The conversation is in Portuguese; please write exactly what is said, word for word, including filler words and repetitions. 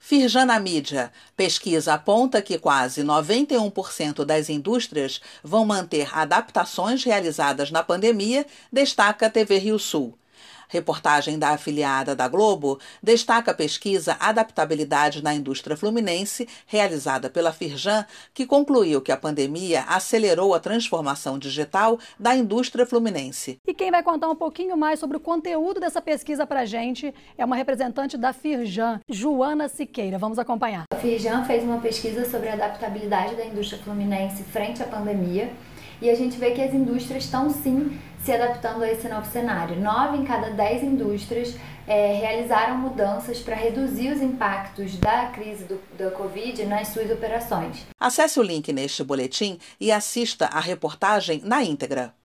Firjan na mídia. Pesquisa aponta que quase noventa e um por cento das indústrias vão manter adaptações realizadas na pandemia, destaca a T V Rio Sul. Reportagem da afiliada da Globo destaca a pesquisa Adaptabilidade na Indústria Fluminense, realizada pela Firjan, que concluiu que a pandemia acelerou a transformação digital da indústria fluminense. E quem vai contar um pouquinho mais sobre o conteúdo dessa pesquisa para a gente é uma representante da Firjan, Joana Siqueira. Vamos acompanhar. A Firjan fez uma pesquisa sobre a adaptabilidade da indústria fluminense frente à pandemia e a gente vê que as indústrias estão sim se adaptando a esse novo cenário. Nove em cada dez indústrias é, realizaram mudanças para reduzir os impactos da crise do, da Covid nas suas operações. Acesse o link neste boletim e assista a reportagem na íntegra.